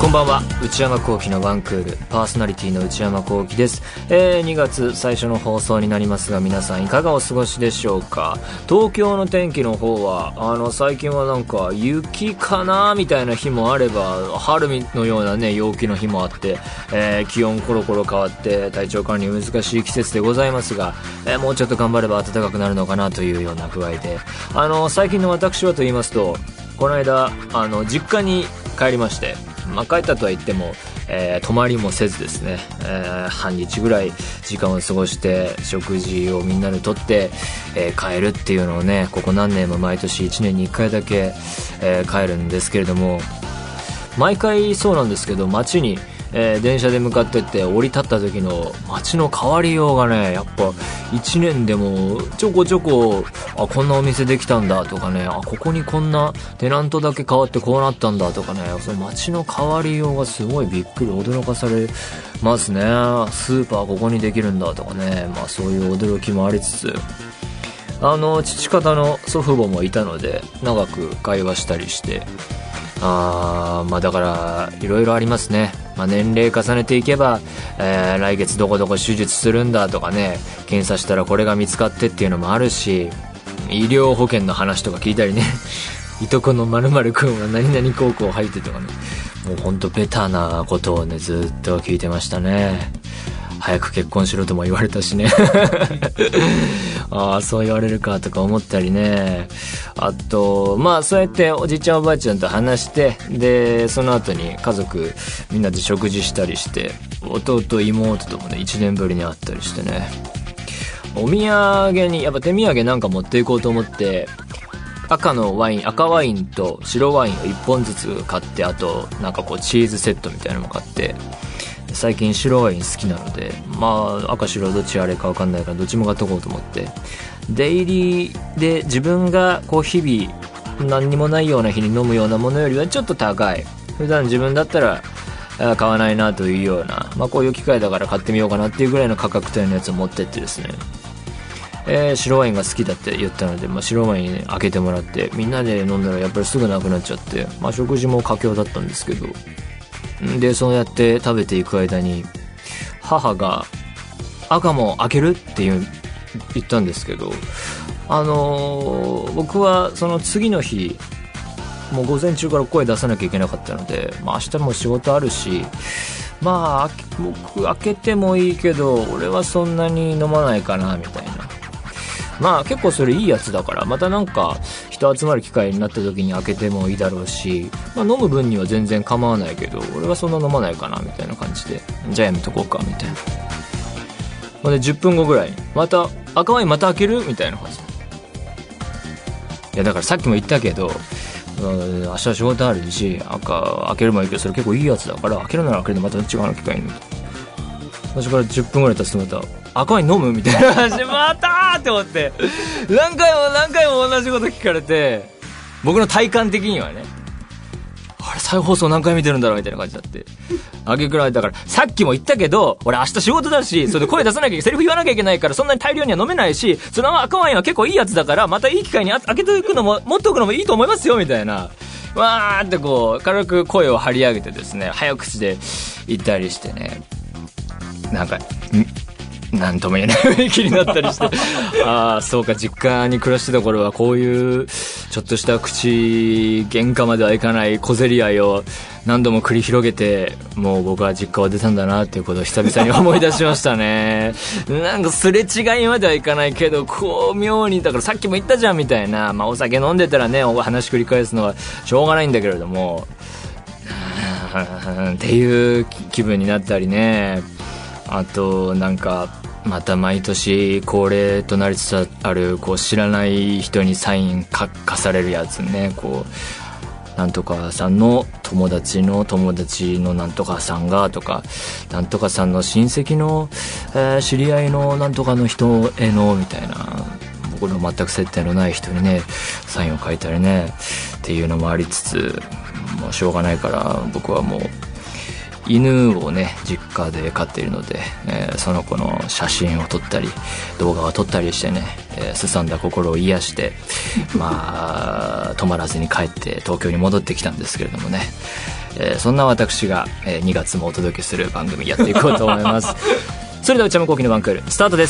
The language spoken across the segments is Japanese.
こんばんは、内山聖輝のワンクールパーソナリティの内山聖輝です。2月最初の放送になりますが、皆さんいかがお過ごしでしょうか。東京の天気の方は最近はなんか雪かなみたいな日もあれば、春のようなね陽気の日もあって、気温コロコロ変わって体調管理難しい季節でございますが、もうちょっと頑張れば暖かくなるのかなというような具合で、最近の私はと言いますと、この間実家に帰りまして、帰ったとは言っても、泊まりもせずですね、半日ぐらい時間を過ごして食事をみんなでとって、帰るっていうのをね、ここ何年も毎年1年に1回だけ、帰るんですけれども、毎回そうなんですけど、街に電車で向かってって降り立った時の街の変わりようがね、やっぱ1年でもちょこちょこ、こんなお店できたんだとかね、ここにこんなテナントだけ変わってこうなったんだとかね、その街の変わりようがすごいびっくり驚かされますね。スーパーここにできるんだとかね、そういう驚きもありつつ、父方の祖父母もいたので長く会話したりして、だからいろいろありますね。年齢重ねていけば、来月どこどこ手術するんだとかね、検査したらこれが見つかってっていうのもあるし、医療保険の話とか聞いたりねいとこの〇〇くんは何々高校入ってとかね、もうほんとベタなことをねずっと聞いてましたね。早く結婚しろとも言われたしねそう言われるかとか思ったりね。あとそうやっておじいちゃんおばあちゃんと話して、でその後に家族みんなで食事したりして、弟妹ともね1年ぶりに会ったりしてね、お土産にやっぱ手土産なんか持っていこうと思って、赤ワインと白ワインを1本ずつ買って、あとなんかこうチーズセットみたいなのも買って、最近白ワイン好きなので、赤白どっちあれか分かんないからどっちも買っとこうと思って、デイリーで自分がこう日々何にもないような日に飲むようなものよりはちょっと高い、普段自分だったら買わないなというような、こういう機会だから買ってみようかなっていうぐらいの価格帯のやつを持ってってですね、白ワインが好きだって言ったので、白ワイン開けてもらって、みんなで飲んだらやっぱりすぐなくなっちゃって、食事も佳境だったんですけど、でそうやって食べていく間に母が赤も開けるって言ったんですけど、僕はその次の日もう午前中から声出さなきゃいけなかったので、明日も仕事あるし、僕開けてもいいけど俺はそんなに飲まないかなみたいな、結構それいいやつだから、またなんか人集まる機会になった時に開けてもいいだろうし、飲む分には全然構わないけど俺はそんな飲まないかなみたいな感じで、じゃあやめとこうかみたいな。で10分後ぐらいにまた赤ワインまた開けるみたいな感じ。いやだからさっきも言ったけど、明日仕事あるし赤開けるもいいけど、それ結構いいやつだから開けるなら開けるでまた違うの機会に。私から10分ぐらい経つとまた赤ワイン飲むみたいな感じで、またーって思って、何回も同じこと聞かれて、僕の体感的にはね、あれ再放送何回見てるんだろうみたいな感じになって、あげくらいだから、さっきも言ったけど俺明日仕事だし、それで声出さなきゃセリフ言わなきゃいけないから、そんなに大量には飲めないし、その赤ワインは結構いいやつだから、またいい機会に開けておくのも持っておくのもいいと思いますよみたいな、わーってこう軽く声を張り上げてですね、早口で言ったりしてね、なんかなんとも言えない雰囲気になったりしてそうか、実家に暮らしてた頃はこういうちょっとした喧嘩まではいかない小競り合いを何度も繰り広げて、もう僕は実家を出たんだなっていうことを久々に思い出しましたねなんかすれ違いまではいかないけど、こう妙に、だからさっきも言ったじゃんみたいな、お酒飲んでたらね話繰り返すのはしょうがないんだけれどもっていう気分になったりね。あとなんかまた毎年恒例となりつつある、こう知らない人にサイン書かされるやつね、こうなんとかさんの友達の友達のなんとかさんがとか、なんとかさんの親戚の、知り合いのなんとかの人へのみたいな、僕の全く接点のない人にねサインを書いたりねっていうのもありつつ、もうしょうがないから僕はもう犬をね実家で飼っているので、その子の写真を撮ったり動画を撮ったりしてね、すさんだ心を癒して止まらずに帰って東京に戻ってきたんですけれどもね、 そんな私が、2月もお届けする番組やっていこうと思いますそれでは内山聖輝のワンクールスタートです。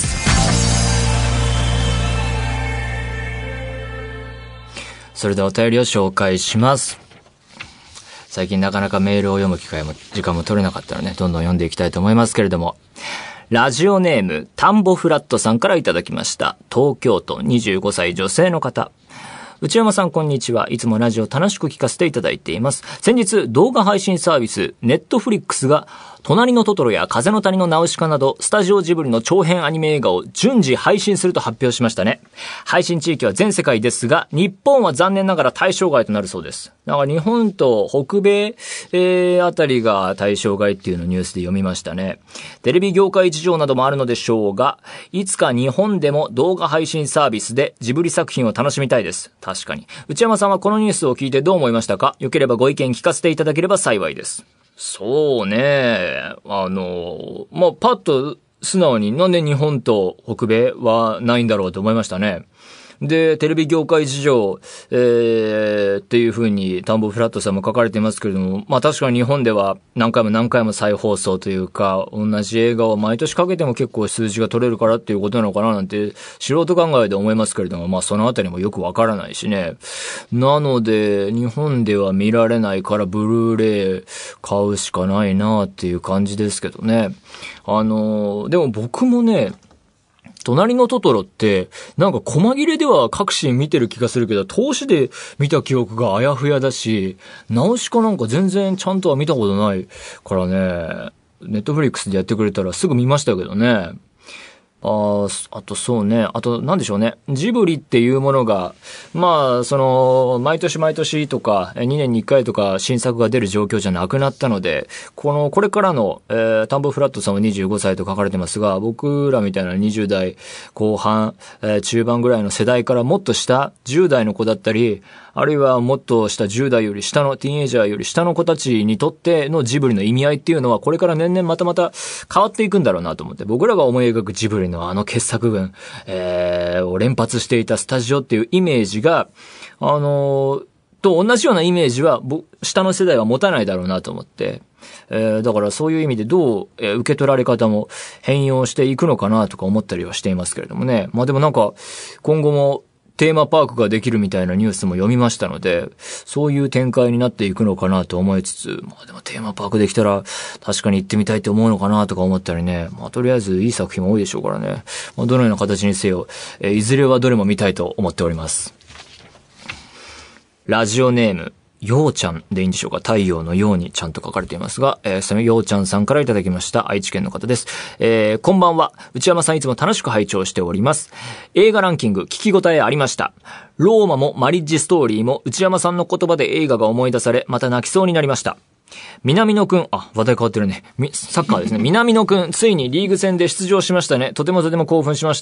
それではお便りを紹介します。最近なかなかメールを読む機会も時間も取れなかったので、どんどん読んでいきたいと思いますけれども、ラジオネームタンボフラットさんからいただきました。東京都25歳女性の方。内山さんこんにちは。いつもラジオ楽しく聞かせていただいています。先日動画配信サービスネットフリックスが隣のトトロや風の谷のナウシカなどスタジオジブリの長編アニメ映画を順次配信すると発表しましたね。配信地域は全世界ですが、日本は残念ながら対象外となるそうです。だから日本と北米、あたりが対象外っていうのをニュースで読みましたね。テレビ業界事情などもあるのでしょうが、いつか日本でも動画配信サービスでジブリ作品を楽しみたいです。確かに。内山さんはこのニュースを聞いてどう思いましたか？よければご意見聞かせていただければ幸いです。そうね。パッと素直になんで日本と北米はないんだろうと思いましたね。で、テレビ業界事情、っていう風にタンボフラットさんも書かれていますけれども、確かに日本では何回も何回も再放送というか、同じ映画を毎年かけても結構数字が取れるからっていうことなのかななんて、素人考えで思いますけれども、そのあたりもよくわからないしね。なので、日本では見られないからブルーレイ買うしかないなっていう感じですけどね。でも僕もね、隣のトトロってなんか細切れでは各シーン見てる気がするけど、通しで見た記憶があやふやだし、ナウシカなんか全然ちゃんとは見たことないからね、ネットフリックスでやってくれたらすぐ見ましたけどね。あとそうね。あとなんでしょうね。ジブリっていうものが、毎年毎年とか、2年に1回とか新作が出る状況じゃなくなったので、これからの、タンボフラットさんは25歳と書かれてますが、僕らみたいな20代後半、中盤ぐらいの世代からもっと下、10代の子だったり、あるいはもっと下10代より下のティーンエイジャーより下の子たちにとってのジブリの意味合いっていうのはこれから年々また変わっていくんだろうなと思って、僕らが思い描くジブリの傑作群、を連発していたスタジオっていうイメージが、と同じようなイメージは下の世代は持たないだろうなと思って、だからそういう意味でどう、受け取られ方も変容していくのかなとか思ったりはしていますけれどもね。でもなんか今後もテーマパークができるみたいなニュースも読みましたので、そういう展開になっていくのかなと思いつつ、でもテーマパークできたら確かに行ってみたいと思うのかなとか思ったりね、とりあえずいい作品も多いでしょうからね、どのような形にせよ、いずれはどれも見たいと思っております。ラジオネームようちゃんでいいんでしょうか。太陽のようにちゃんと書かれていますが、そのようちゃんさんからいただきました。愛知県の方です。こんばんは。内山さんいつも楽しく拝聴しております。映画ランキング聞き応えありました。ローマもマリッジストーリーも内山さんの言葉で映画が思い出され、また泣きそうになりました。南野くん、話題変わってるね。サッカーですね。南野くん、ついにリーグ戦で出場しましたね。とても興奮しました。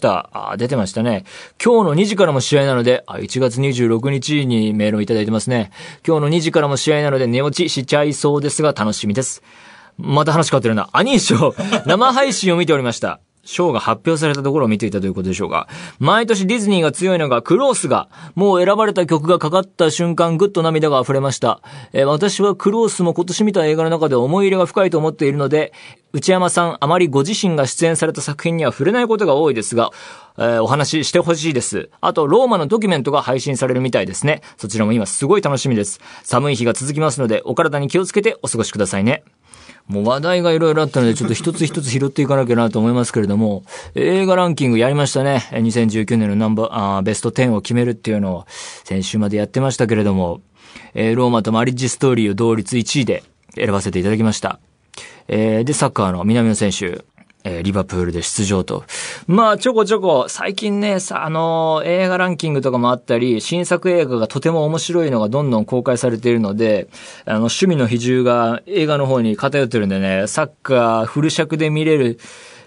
出てましたね。今日の2時からも試合なので、1月26日にメールをいただいてますね。今日の2時からも試合なので寝落ちしちゃいそうですが楽しみです。また話変わってるな。アニー賞、生配信を見ておりました。賞が発表されたところを見ていたということでしょうか。毎年ディズニーが強いのがクロースが、もう選ばれた曲がかかった瞬間ぐっと涙が溢れました。私はクロースも今年見た映画の中で思い入れが深いと思っているので、内山さんあまりご自身が出演された作品には触れないことが多いですが、お話ししてほしいです。あとローマのドキュメントが配信されるみたいですね。そちらも今すごい楽しみです。寒い日が続きますのでお体に気をつけてお過ごしくださいね。もう話題がいろいろあったのでちょっと一つ一つ拾っていかなきゃなと思いますけれども、映画ランキングやりましたね。2019年のベスト10を決めるっていうのを先週までやってましたけれども、ローマとマリッジストーリーを同率1位で選ばせていただきました。でサッカーの南野選手、リバプールで出場と。ちょこちょこ、最近ね、映画ランキングとかもあったり、新作映画がとても面白いのがどんどん公開されているので、趣味の比重が映画の方に偏ってるんでね、サッカーフル尺で見れるっ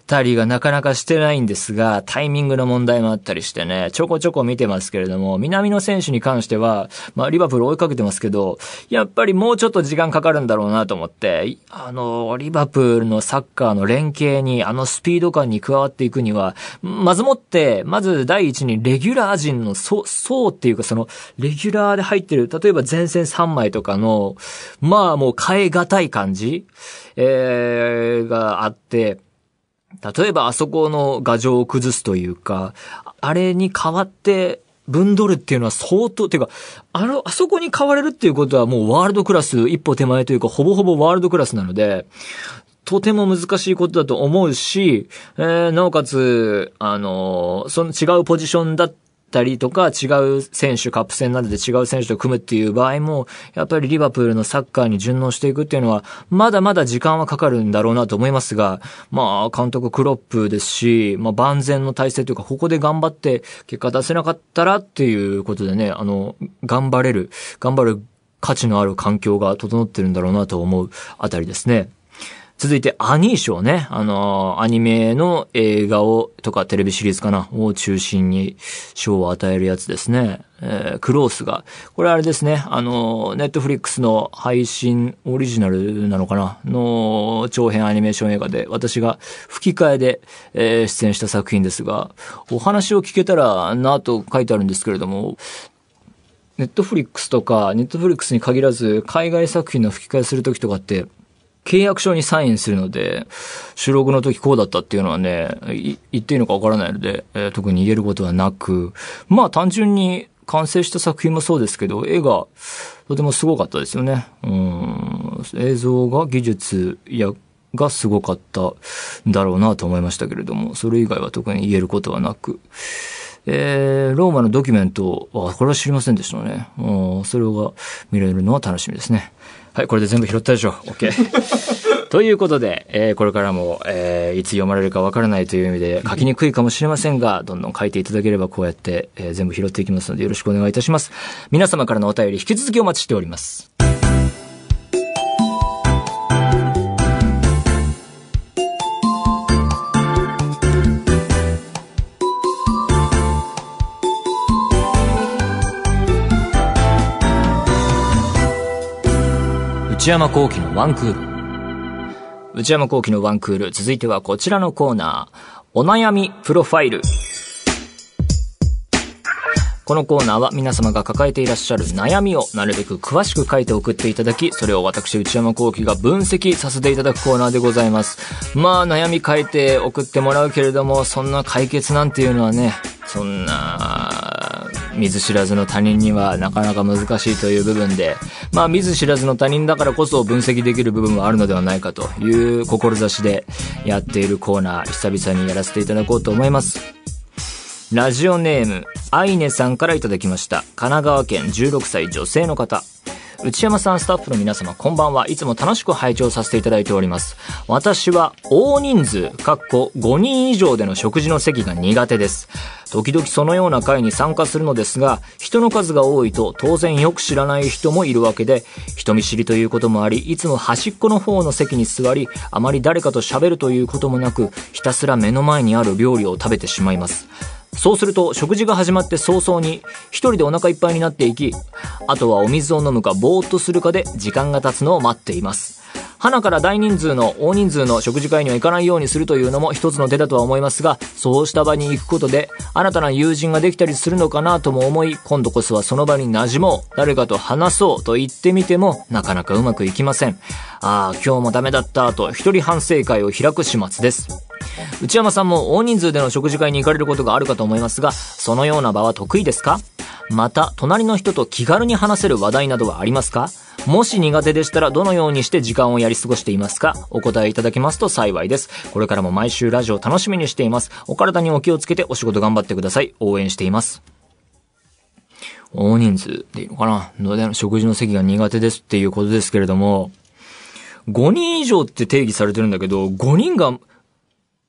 たりがなかなかしてないんですが、タイミングの問題もあったりしてね、ちょこちょこ見てますけれども、南野選手に関しては、リバプール追いかけてますけど、やっぱりもうちょっと時間かかるんだろうなと思って、リバプールのサッカーの連携に、スピード感に加わっていくには、まず第一にレギュラー陣の層っていうか、その、レギュラーで入ってる、例えば前線3枚とかの、もう変え難い感じ、があって、例えばあそこの牙城を崩すというか、あれに変わって分取るっていうのは相当、ていうか、あそこに変われるっていうことはもうワールドクラス一歩手前というか、ほぼほぼワールドクラスなので、とても難しいことだと思うし、なおかつ、その違うポジションだったりとか、違う選手、カップ戦などで違う選手と組むっていう場合も、やっぱりリバプールのサッカーに順応していくっていうのは、まだまだ時間はかかるんだろうなと思いますが、監督クロップですし、万全の体制というか、ここで頑張って結果出せなかったらっていうことでね、頑張る価値のある環境が整ってるんだろうなと思うあたりですね。続いてアニー賞ね。アニメの映画とかテレビシリーズかなを中心に賞を与えるやつですね。クロースが。これあれですね。ネットフリックスの配信オリジナルなのかなの長編アニメーション映画で私が吹き替えで、出演した作品ですが、お話を聞けたらなと書いてあるんですけれども、ネットフリックスとか、ネットフリックスに限らず海外作品の吹き替えするときとかって、契約書にサインするので、収録の時こうだったっていうのはね、言っていいのかわからないので、特に言えることはなく、単純に完成した作品もそうですけど、絵がとてもすごかったですよね。映像が技術がすごかったんだろうなと思いましたけれども、それ以外は特に言えることはなく、ローマのドキュメントは、これは知りませんでしたね。それが見れるのは楽しみですね。はい、これで全部拾ったでしょ。OK。ということで、これからも、いつ読まれるかわからないという意味で書きにくいかもしれませんが、どんどん書いていただければこうやって、全部拾っていきますのでよろしくお願いいたします。皆様からのお便り引き続きお待ちしております。内山聖輝のワンクール。内山聖輝のワンクール。続いてはこちらのコーナー。お悩みプロファイル。このコーナーは皆様が抱えていらっしゃる悩みをなるべく詳しく書いて送っていただき、それを私内山聖輝が分析させていただくコーナーでございます。悩み書いて送ってもらうけれども、そんな解決なんていうのはね、そんな見ず知らずの他人にはなかなか難しいという部分で、見ず知らずの他人だからこそ分析できる部分もあるのではないかという志でやっているコーナー、久々にやらせていただこうと思います。ラジオネームアイネさんからいただきました。神奈川県16歳女性の方。内山さん、スタッフの皆様、こんばんは。いつも楽しく拝聴させていただいております。私は大人数5人以上での食事の席が苦手です。時々そのような会に参加するのですが、人の数が多いと当然よく知らない人もいるわけで、人見知りということもあり、いつも端っこの方の席に座り、あまり誰かと喋るということもなく、ひたすら目の前にある料理を食べてしまいます。そうすると食事が始まって早々に一人でお腹いっぱいになっていき、あとはお水を飲むかぼーっとするかで時間が経つのを待っています。花から大人数の食事会には行かないようにするというのも一つの手だとは思いますが、そうした場に行くことで新たな友人ができたりするのかなとも思い、今度こそはその場に馴染もう、誰かと話そうと言ってみてもなかなかうまくいきません。今日もダメだったと一人反省会を開く始末です。内山さんも大人数での食事会に行かれることがあるかと思いますが、そのような場は得意ですか？また隣の人と気軽に話せる話題などはありますか？もし苦手でしたらどのようにして時間をやり過ごしていますか？お答えいただけますと幸いです。これからも毎週ラジオ楽しみにしています。お体にお気をつけてお仕事頑張ってください。応援しています。大人数でいいのかなの食事の席が苦手ですっていうことですけれども、5人以上って定義されてるんだけど、5人が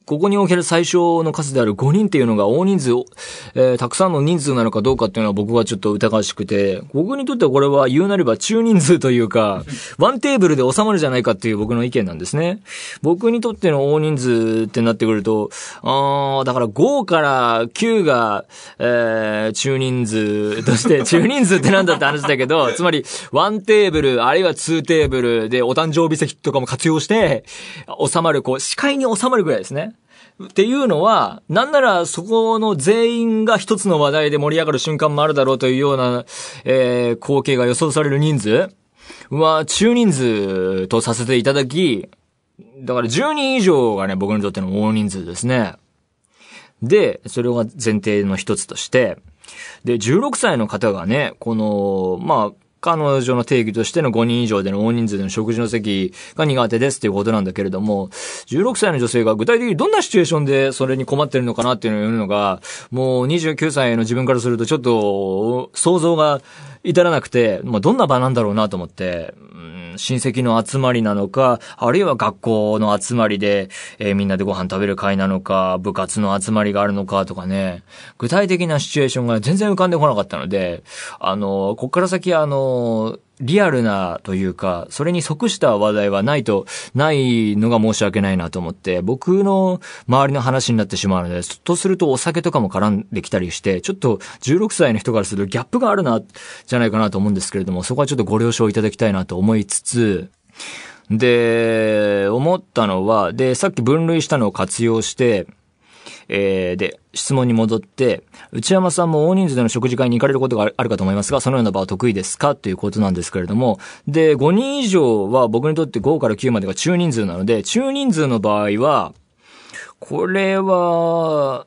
ここにおける最小の数である5人っていうのが大人数、たくさんの人数なのかどうかっていうのは僕はちょっと疑わしくて、僕にとってはこれは言うなれば中人数というか、ワンテーブルで収まるじゃないかっていう僕の意見なんですね。僕にとっての大人数ってなってくると、だから5から9が、中人数として、中人数ってなんだって話だけど、つまりワンテーブル、あるいはツーテーブルでお誕生日席とかも活用して、収まる、視界に収まるぐらいですね。っていうのは、なんならそこの全員が一つの話題で盛り上がる瞬間もあるだろうというような、光景が予想される人数は中人数とさせていただき、だから10人以上がね、僕にとっての大人数ですね。で、それが前提の一つとして、で、16歳の方がね、彼女の定義としての5人以上での大人数での食事の席が苦手ですっていうことなんだけれども、16歳の女性が具体的にどんなシチュエーションでそれに困ってるのかなっていうのを言うのが、もう29歳の自分からするとちょっと想像が至らなくて、どんな場なんだろうなと思って、親戚の集まりなのか、あるいは学校の集まりで、みんなでご飯食べる会なのか、部活の集まりがあるのかとかね、具体的なシチュエーションが全然浮かんでこなかったので、こっから先リアルなというか、それに即した話題はないのが申し訳ないなと思って、僕の周りの話になってしまうので、とするとお酒とかも絡んできたりして、ちょっと16歳の人からするとギャップがあるな、じゃないかなと思うんですけれども、そこはちょっとご了承いただきたいなと思いつつ、で、思ったのは、で、さっき分類したのを活用して、で、質問に戻って、内山さんも大人数での食事会に行かれることがあるかと思いますが、そのような場は得意ですかということなんですけれども、で、5人以上は僕にとって5から9までが中人数なので、中人数の場合は、これは、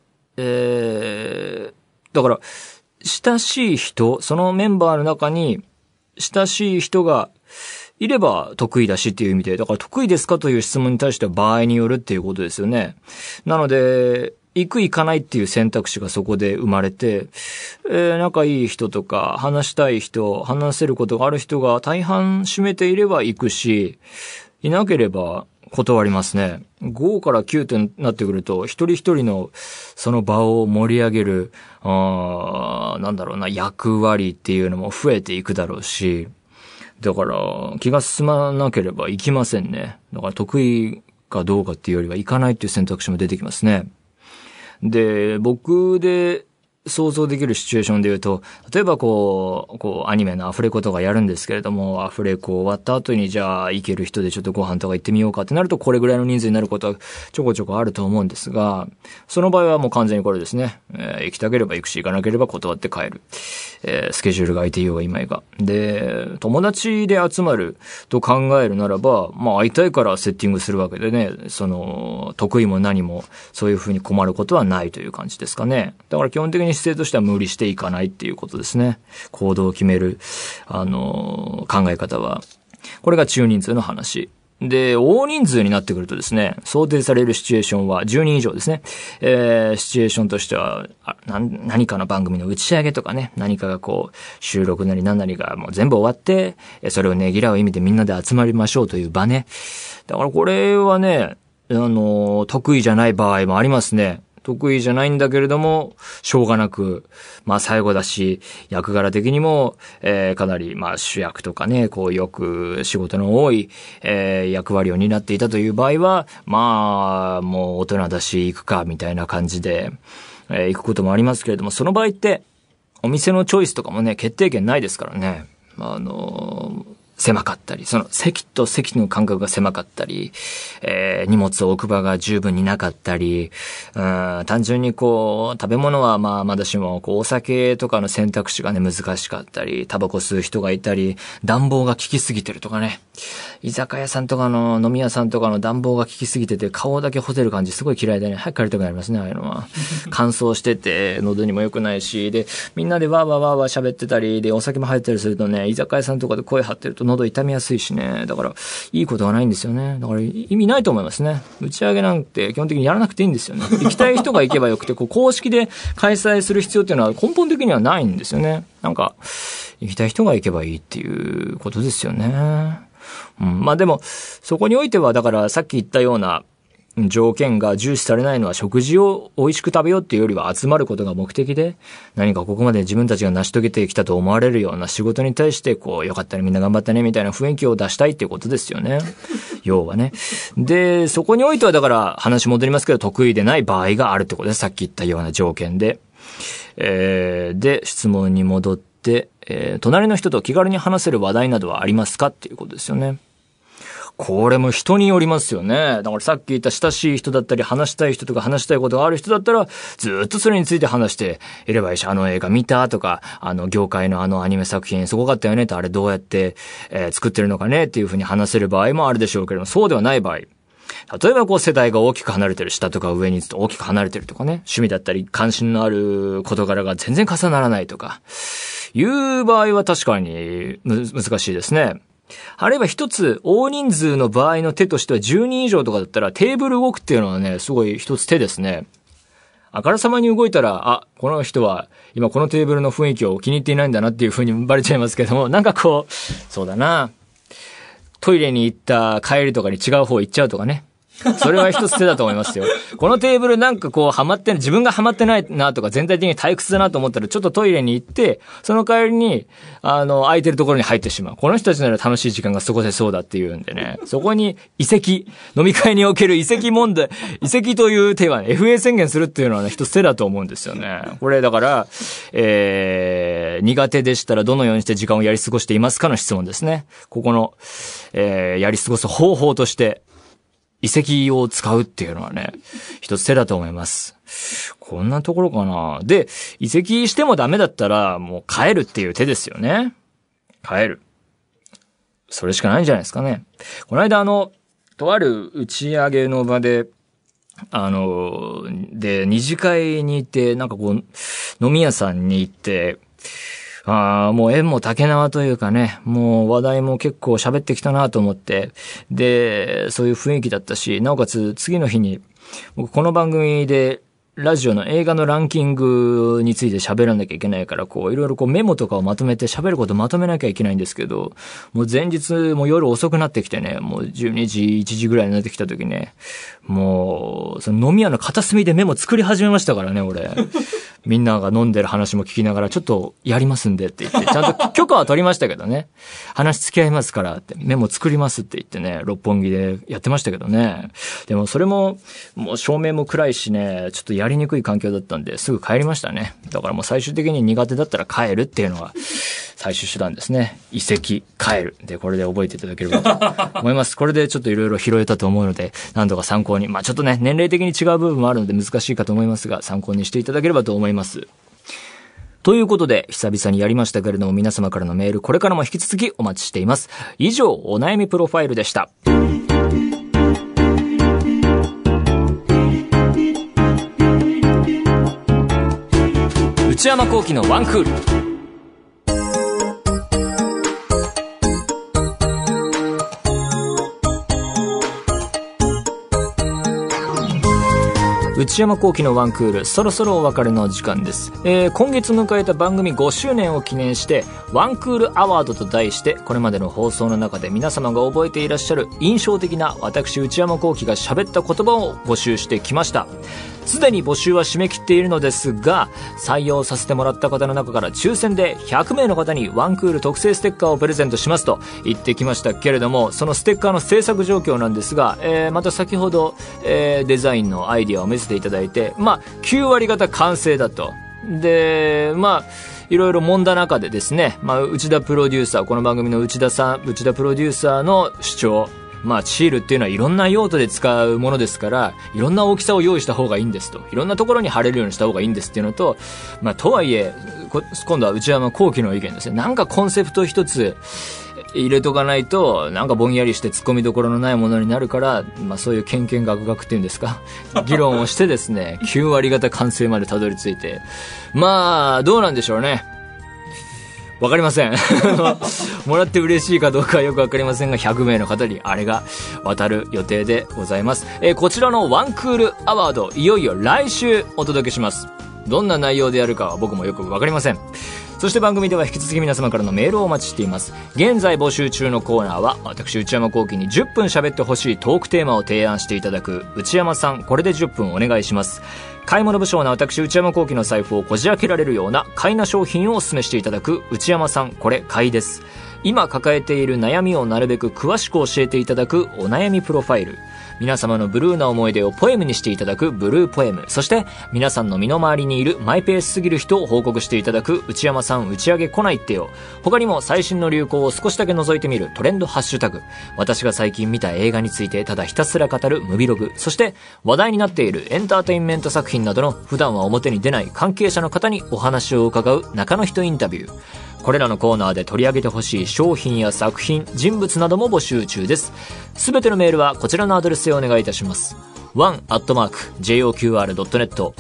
だから、親しい人、そのメンバーの中に、親しい人がいれば得意だしっていう意味で、だから得意ですかという質問に対しては場合によるっていうことですよね。なので、行く行かないっていう選択肢がそこで生まれて、仲いい人とか話したい人、話せることがある人が大半占めていれば行くし、いなければ断りますね。5から9ってなってくると、一人一人のその場を盛り上げる、役割っていうのも増えていくだろうし、だから気が進まなければ行きませんね。だから得意かどうかっていうよりは行かないっていう選択肢も出てきますね。で、僕で想像できるシチュエーションで言うと、例えばアニメのアフレコとかやるんですけれども、アフレコ終わった後にじゃあ行ける人でちょっとご飯とか行ってみようかってなると、これぐらいの人数になることはちょこちょこあると思うんですが、その場合はもう完全にこれですね。行きたければ行くし、行かなければ断って帰る。スケジュールが空いていようがいまいが。で、友達で集まると考えるならば、会いたいからセッティングするわけでね、得意も何もそういうふうに困ることはないという感じですかね。だから基本的に姿勢としては無理していかないっていうことですね。行動を決める、考え方は。これが中人数の話。で、大人数になってくるとですね、想定されるシチュエーションは10人以上ですね。シチュエーションとしては、何かの番組の打ち上げとかね、何かが収録なり何なりがもう全部終わって、それをねぎらう意味でみんなで集まりましょうという場ね。だからこれはね、得意じゃない場合もありますね。得意じゃないんだけれども、しょうがなく、最後だし、役柄的にも、かなり、主役とかね、よく仕事の多い、役割を担っていたという場合は、もう大人だし、行くか、みたいな感じで、行くこともありますけれども、その場合って、お店のチョイスとかもね、決定権ないですからね。狭かったり、その席と席の間隔が狭かったり、荷物を置く場が十分になかったり、単純に食べ物はまだしも、お酒とかの選択肢がね、難しかったり、タバコ吸う人がいたり、暖房が効きすぎてるとかね、居酒屋さんとかの飲み屋さんとかの暖房が効きすぎてて、顔だけホテる感じすごい嫌いでね、早く帰りたくなりますね、ああいうのは。乾燥してて、喉にも良くないし、で、みんなでわーわーわーわー喋ってたり、で、お酒も入ったりするとね、居酒屋さんとかで声張ってると喉痛みやすいしね。だから、いいことはないんですよね。だから、意味ないと思いますね。打ち上げなんて基本的にやらなくていいんですよね。行きたい人が行けばよくて、公式で開催する必要っていうのは根本的にはないんですよね。行きたい人が行けばいいっていうことですよね。でも、そこにおいては、だからさっき言ったような、 条件が重視されないのは食事を美味しく食べようっていうよりは集まることが目的で、何かここまで自分たちが成し遂げてきたと思われるような仕事に対して、こう、よかったらみんな頑張ったねみたいな雰囲気を出したいっていうことですよね。要はね。で、そこにおいてはだから話戻りますけど、得意でない場合があるってことです。さっき言ったような条件で。で、質問に戻って、隣の人と気軽に話せる話題などはありますかっていうことですよね。これも人によりますよね。だからさっき言った親しい人だったり話したい人とか話したいことがある人だったらずっとそれについて話していればいいし、あの映画見たとか、業界のアニメ作品すごかったよねってあれどうやって、作ってるのかねっていうふうに話せる場合もあるでしょうけれども、そうではない場合。例えばこう世代が大きく離れてる、下とか上に大きく離れてるとかね、趣味だったり関心のある事柄が全然重ならないとか、いう場合は確かに難しいですね。あるいは一つ、大人数の場合の手としては10人以上とかだったらテーブル動くっていうのはね、すごい一つ手ですね。あからさまに動いたら、この人は今このテーブルの雰囲気を気に入っていないんだなっていう風にバレちゃいますけども、なんかこう、そうだな、トイレに行った帰りとかに違う方行っちゃうとかね。それは一つ手だと思いますよ。このテーブルなんかこう自分がハマってないなとか全体的に退屈だなと思ったらちょっとトイレに行って、その帰りに、空いてるところに入ってしまう。この人たちなら楽しい時間が過ごせそうだっていうんでね。そこに飲み会における移籍問題、移籍という手は、ね、FA 宣言するっていうのはね、一つ手だと思うんですよね。これだから、苦手でしたらどのようにして時間をやり過ごしていますかの質問ですね。ここの、やり過ごす方法として、遺跡を使うっていうのはね、一つ手だと思います。こんなところかな。で、移籍してもダメだったら、もう帰るっていう手ですよね。帰る。それしかないんじゃないですかね。この間とある打ち上げの場で、二次会に行って、なんかこう、飲み屋さんに行って、もう縁も竹縄というかね、もう話題も結構喋ってきたなと思って、で、そういう雰囲気だったし、なおかつ次の日に、僕この番組でラジオの映画のランキングについて喋らなきゃいけないから、こういろいろこうメモとかをまとめて喋ることをまとめなきゃいけないんですけど、もう前日もう夜遅くなってきてね、もう12時、1時ぐらいになってきた時ね、もうその飲み屋の片隅でメモ作り始めましたからね、俺。みんなが飲んでる話も聞きながらちょっとやりますんでって言って、ちゃんと許可は取りましたけどね。話付き合いますからってメモ作りますって言ってね、六本木でやってましたけどね。でもそれも、もう照明も暗いしね、ちょっとやりにくい環境だったんですぐ帰りましたね。だからもう最終的に苦手だったら帰るっていうのが最終手段ですね。移籍、帰る。で、これで覚えていただければと思います。これでちょっといろいろ拾えたと思うので、何度か参考に、ちょっとね、年齢的に違う部分もあるので難しいかと思いますが、参考にしていただければと思います。ということで、久々にやりましたけれども、皆様からのメール、これからも引き続きお待ちしています。以上、お悩みプロファイルでした。内山聖輝のワンクール。内山聖輝のワンクール、そろそろお別れの時間です。今月迎えた番組5周年を記念してワンクールアワードと題して、これまでの放送の中で皆様が覚えていらっしゃる印象的な私内山聖輝が喋った言葉を募集してきました。すでに募集は締め切っているのですが、採用させてもらった方の中から抽選で100名の方にワンクール特製ステッカーをプレゼントしますと言ってきましたけれども、そのステッカーの制作状況なんですが、また先ほど、デザインのアイディアを見せていただいて、9割方完成だと。で、いろいろ揉んだ中でですね、内田プロデューサー、この番組の内田プロデューサーの主張、シールっていうのはいろんな用途で使うものですから、いろんな大きさを用意した方がいいんですと。いろんなところに貼れるようにした方がいいんですっていうのと、とはいえ、今度は内山聖輝の意見ですね。なんかコンセプト一つ入れとかないと、なんかぼんやりして突っ込みどころのないものになるから、そういうけんけんがくがくっていうんですか。議論をしてですね、9割方完成までたどり着いて。どうなんでしょうね。わかりません。もらって嬉しいかどうかはよくわかりませんが、100名の方にあれが渡る予定でございます。こちらのワンクールアワード、いよいよ来週お届けします。どんな内容でやるかは僕もよくわかりません。 そして番組では引き続き皆様からのメールをお待ちしています。現在募集中のコーナーは、私内山聖輝に10分喋ってほしいトークテーマを提案していただく、内山さんこれで10分お願いします。買い物不詳な私内山聖輝の財布をこじ開けられるような買いな商品をお勧めしていただく、内山さんこれ買いです。今抱えている悩みをなるべく詳しく教えていただく、お悩みプロファイル。皆様のブルーな思い出をポエムにしていただく、ブルーポエム。そして皆さんの身の回りにいるマイペースすぎる人を報告していただく、内山さん打ち上げ来ないってよ。他にも最新の流行を少しだけ覗いてみるトレンドハッシュタグ。私が最近見た映画についてただひたすら語るムビログ。そして話題になっているエンターテインメント作品などの普段は表に出ない関係者の方にお話を伺う中の人インタビュー。これらのコーナーで取り上げてほしい商品や作品、人物なども募集中です。すべてのメールはこちらのアドレスへお願いいたします。one@joqr.net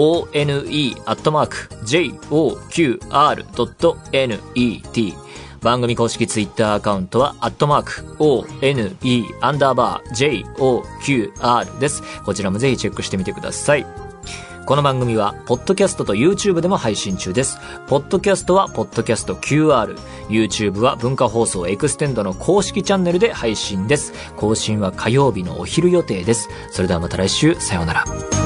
one@joqr.net 番組公式ツイッターアカウントは@one_joqr です。こちらもぜひチェックしてみてください。この番組はポッドキャストと YouTube でも配信中です。ポッドキャストはポッドキャスト QR、 YouTube は文化放送エクステンドの公式チャンネルで配信です。更新は火曜日のお昼予定です。それではまた来週、さようなら。